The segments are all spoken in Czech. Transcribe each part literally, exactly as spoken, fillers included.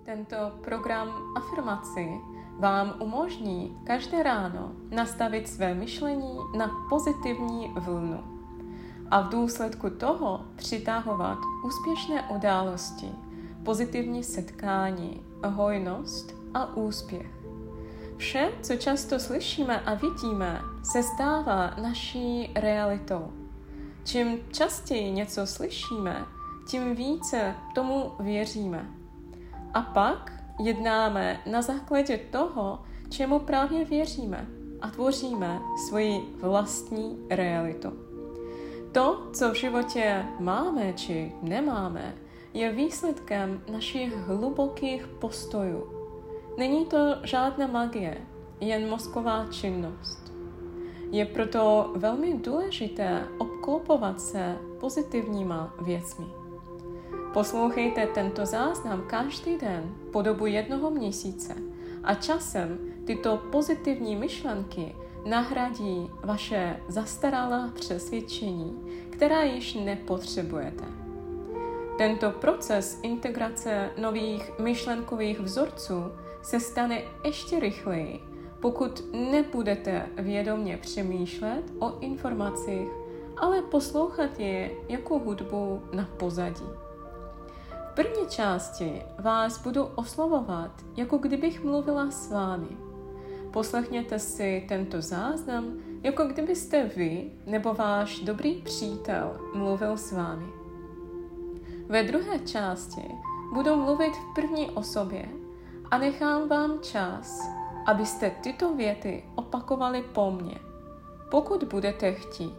Tento program afirmací vám umožní každé ráno nastavit své myšlení na pozitivní vlnu a v důsledku toho přitahovat úspěšné události, pozitivní setkání, hojnost a úspěch. Vše, co často slyšíme a vidíme, se stává naší realitou. Čím častěji něco slyšíme, tím více tomu věříme. A pak jednáme na základě toho, čemu právě věříme a tvoříme svoji vlastní realitu. To, co v životě máme či nemáme, je výsledkem našich hlubokých postojů. Není to žádná magie, jen mozková činnost. Je proto velmi důležité obklopovat se pozitivníma věcmi. Poslouchejte tento záznam každý den po dobu jednoho měsíce a časem tyto pozitivní myšlenky nahradí vaše zastaralá přesvědčení, která již nepotřebujete. Tento proces integrace nových myšlenkových vzorců se stane ještě rychleji, pokud nebudete vědomě přemýšlet o informacích, ale poslouchat je jako hudbu na pozadí. V první části vás budu oslovovat, jako kdybych mluvila s vámi. Poslechněte si tento záznam, jako kdybyste vy nebo váš dobrý přítel mluvil s vámi. Ve druhé části budu mluvit v první osobě a nechám vám čas, abyste tyto věty opakovali po mně, pokud budete chtít.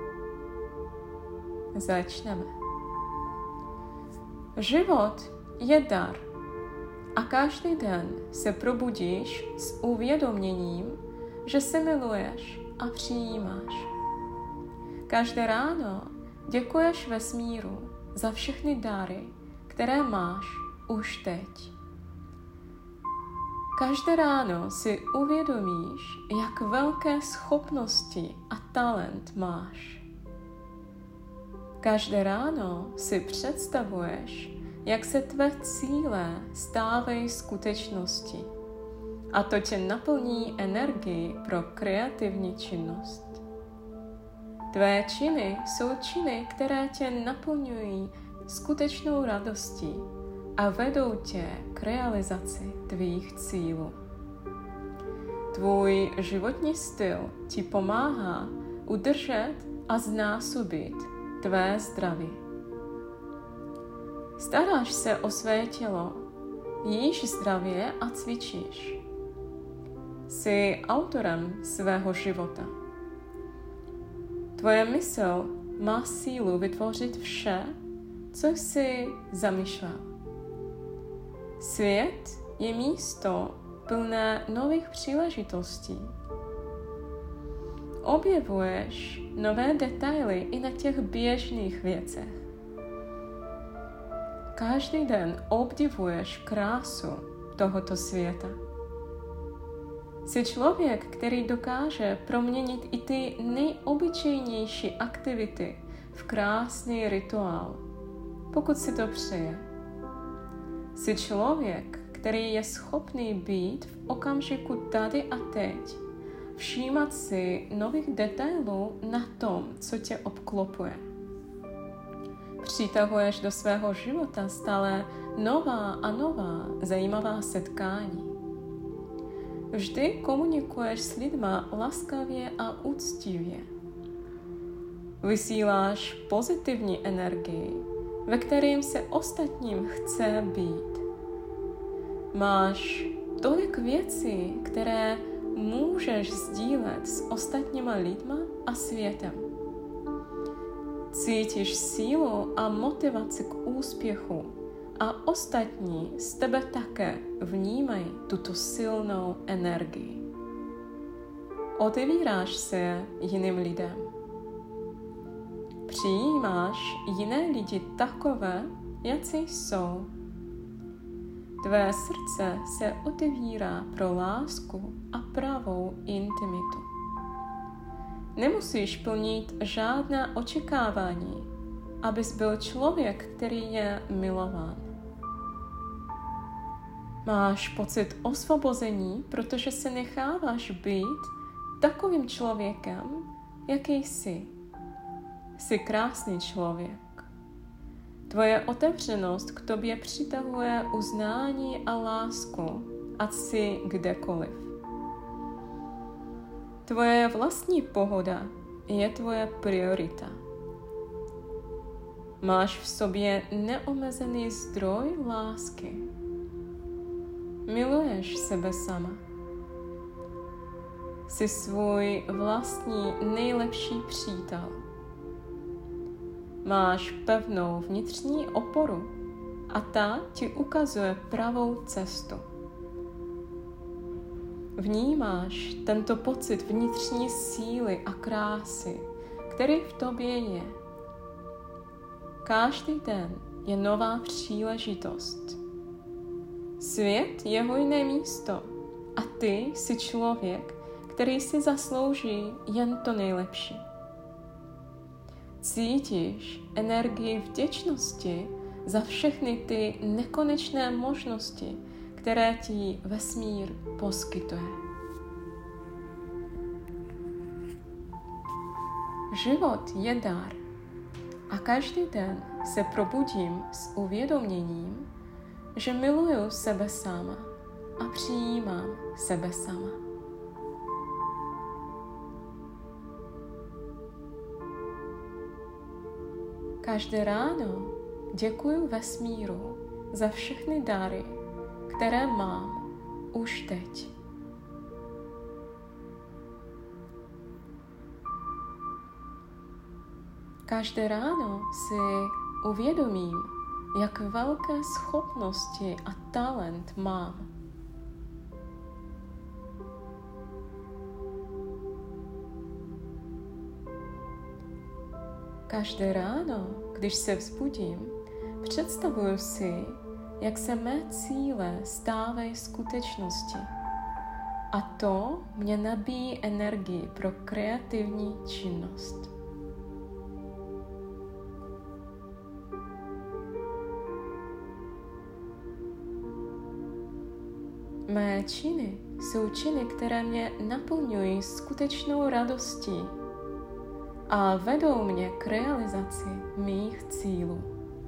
Začneme. Život je dar a každý den se probudíš s uvědoměním, že se miluješ a přijímáš. Každé ráno děkuješ vesmíru za všechny dary, které máš už teď. Každé ráno si uvědomíš, jak velké schopnosti a talent máš. Každé ráno si představuješ, jak se tvé cíle stávají skutečností. A to tě naplní energii pro kreativní činnost. Tvé činy jsou činy, které tě naplňují skutečnou radostí a vedou tě k realizaci tvých cílů. Tvůj životní styl ti pomáhá udržet a znásobit tvé zdraví. Staráš se o své tělo, jíš zdravě a cvičíš. Jsi autorem svého života. Tvoje mysl má sílu vytvořit vše, co jsi zamýšlel. Svět je místo plné nových příležitostí. Objevuješ nové detaily i na těch běžných věcech. Každý den obdivuješ krásu tohoto světa. Jsi člověk, který dokáže proměnit i ty nejobyčejnější aktivity v krásný rituál, pokud si to přeje. Jsi člověk, který je schopný být v okamžiku tady a teď, všímat si nových detailů na tom, co tě obklopuje. Přitahuješ do svého života stále nová a nová zajímavá setkání. Vždy komunikuješ s lidma laskavě a úctivě. Vysíláš pozitivní energii, ve kterým se ostatním chce být. Máš tolik věcí, které můžeš sdílet s ostatníma lidma a světem. Cítíš sílu a motivaci k úspěchu a ostatní z tebe také vnímají tuto silnou energii. Otevíráš se jiným lidem. Přijímáš jiné lidi takové, jací jsou. Tvé srdce se otevírá pro lásku a pravou intimitu. Nemusíš plnit žádná očekávání, abys byl člověk, který je milován. Máš pocit osvobození, protože se necháváš být takovým člověkem, jaký jsi. Jsi krásný člověk. Tvoje otevřenost k tobě přitahuje uznání a lásku, ať jsi kdekoliv. Tvoje vlastní pohoda je tvoje priorita. Máš v sobě neomezený zdroj lásky. Miluješ sebe sama. Jsi svůj vlastní nejlepší přítel. Máš pevnou vnitřní oporu a ta ti ukazuje pravou cestu. Vnímáš tento pocit vnitřní síly a krásy, který v tobě je. Každý den je nová příležitost. Svět je hojné místo a ty jsi člověk, který si zaslouží jen to nejlepší. Cítíš energii vděčnosti za všechny ty nekonečné možnosti, které ti vesmír poskytuje. Život je dar a každý den se probudím s uvědoměním, že miluju sebe sama a přijímám sebe sama. Každé ráno děkuji vesmíru za všechny dary, které mám už teď. Každé ráno si uvědomím, jak velké schopnosti a talent mám. Každé ráno, když se vzbudím, představuju si, jak se mé cíle stávají skutečností. A to mě nabíjí energii pro kreativní činnost. Mé činy jsou činy, které mě naplňují skutečnou radostí a vedou mě k realizaci mých cílů.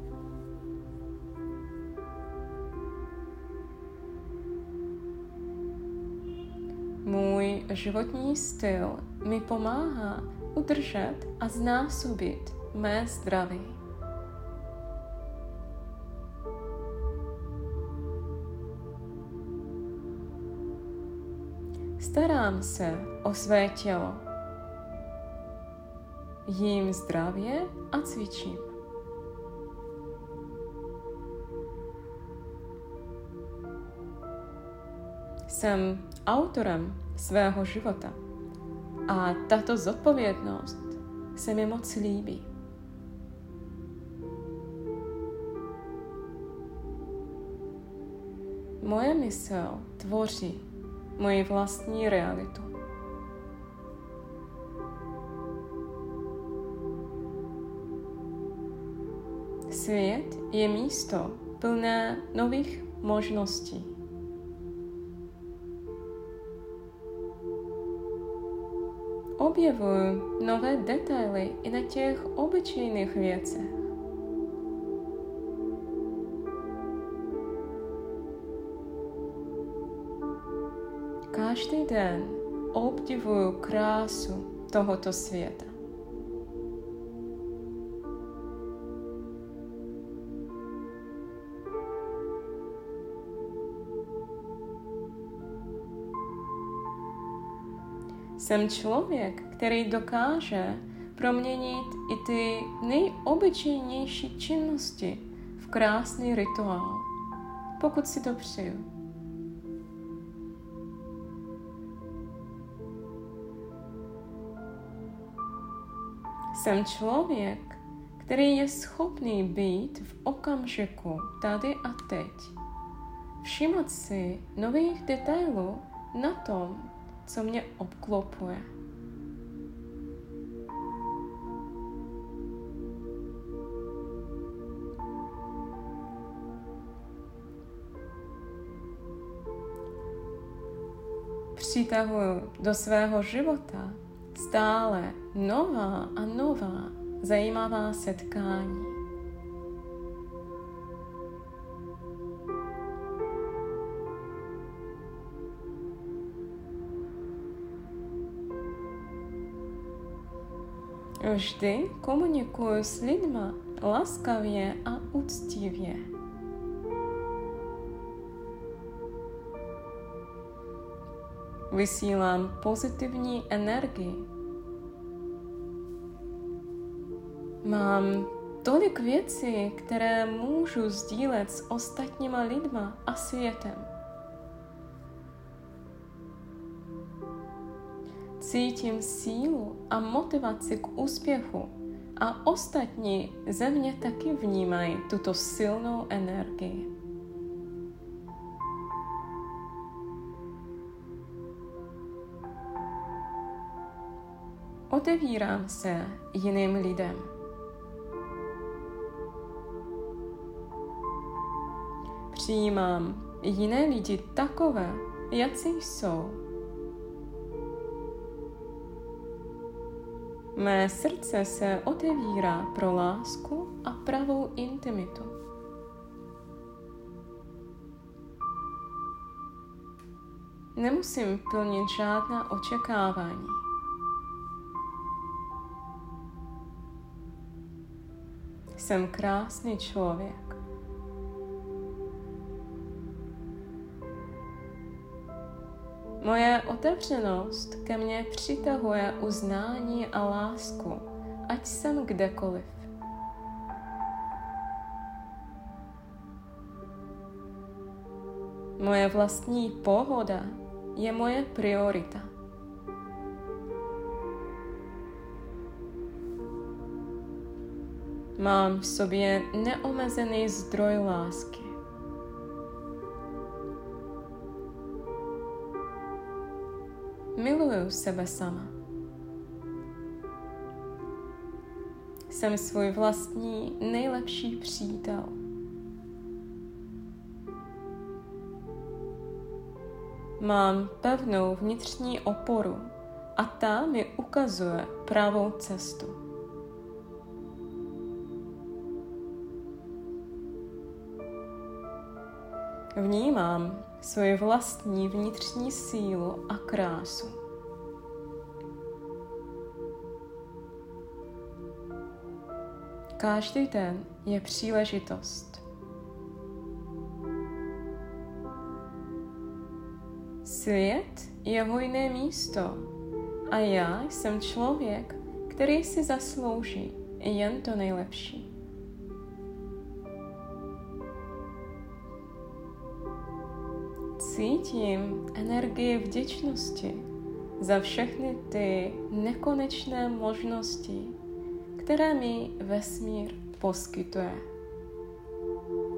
Můj životní styl mi pomáhá udržet a znásobit mé zdraví. Starám se o své tělo. Jím zdravě a cvičím. Jsem autorem svého života a tato zodpovědnost se mi moc líbí. Moje mysl tvoří moji vlastní realitu. Svět je místo plné nových možností. Objevuji nové detaily i na těch obyčejných věcech. Každý den obdivuju krásu tohoto světa. Jsem člověk, který dokáže proměnit i ty nejobyčejnější činnosti v krásný rituál, pokud si to přeju. Jsem člověk, který je schopný být v okamžiku tady a teď. Všímat si nových detailů na tom, co mě obklopuje. přitahuji do svého života stále nová a nová zajímavá setkání. Vždy komunikuji s lidma laskavě a úctivě. Vysílám pozitivní energii. Mám tolik věcí, které můžu sdílet s ostatníma lidma a světem. Cítím sílu a motivaci k úspěchu a ostatní ze mě taky vnímají tuto silnou energii. Otevírám se jiným lidem. Přijímám jiné lidi takové, jací jsou. Mé srdce se otevírá pro lásku a pravou intimitu. Nemusím plnit žádná očekávání. Jsem krásný člověk. Moje otevřenost ke mně přitahuje uznání a lásku, ať jsem kdekoliv. Moje vlastní pohoda je moje priorita. Mám v sobě neomezený zdroj lásky. Miluju sebe sama. Jsem svůj vlastní nejlepší přítel. Mám pevnou vnitřní oporu a ta mi ukazuje pravou cestu. Vnímám svoji vlastní vnitřní sílu a krásu. Každý den je příležitost. Svět je hojné místo a já jsem člověk, který si zaslouží jen to nejlepší. Cítím energii vděčnosti za všechny ty nekonečné možnosti, které mi vesmír poskytuje.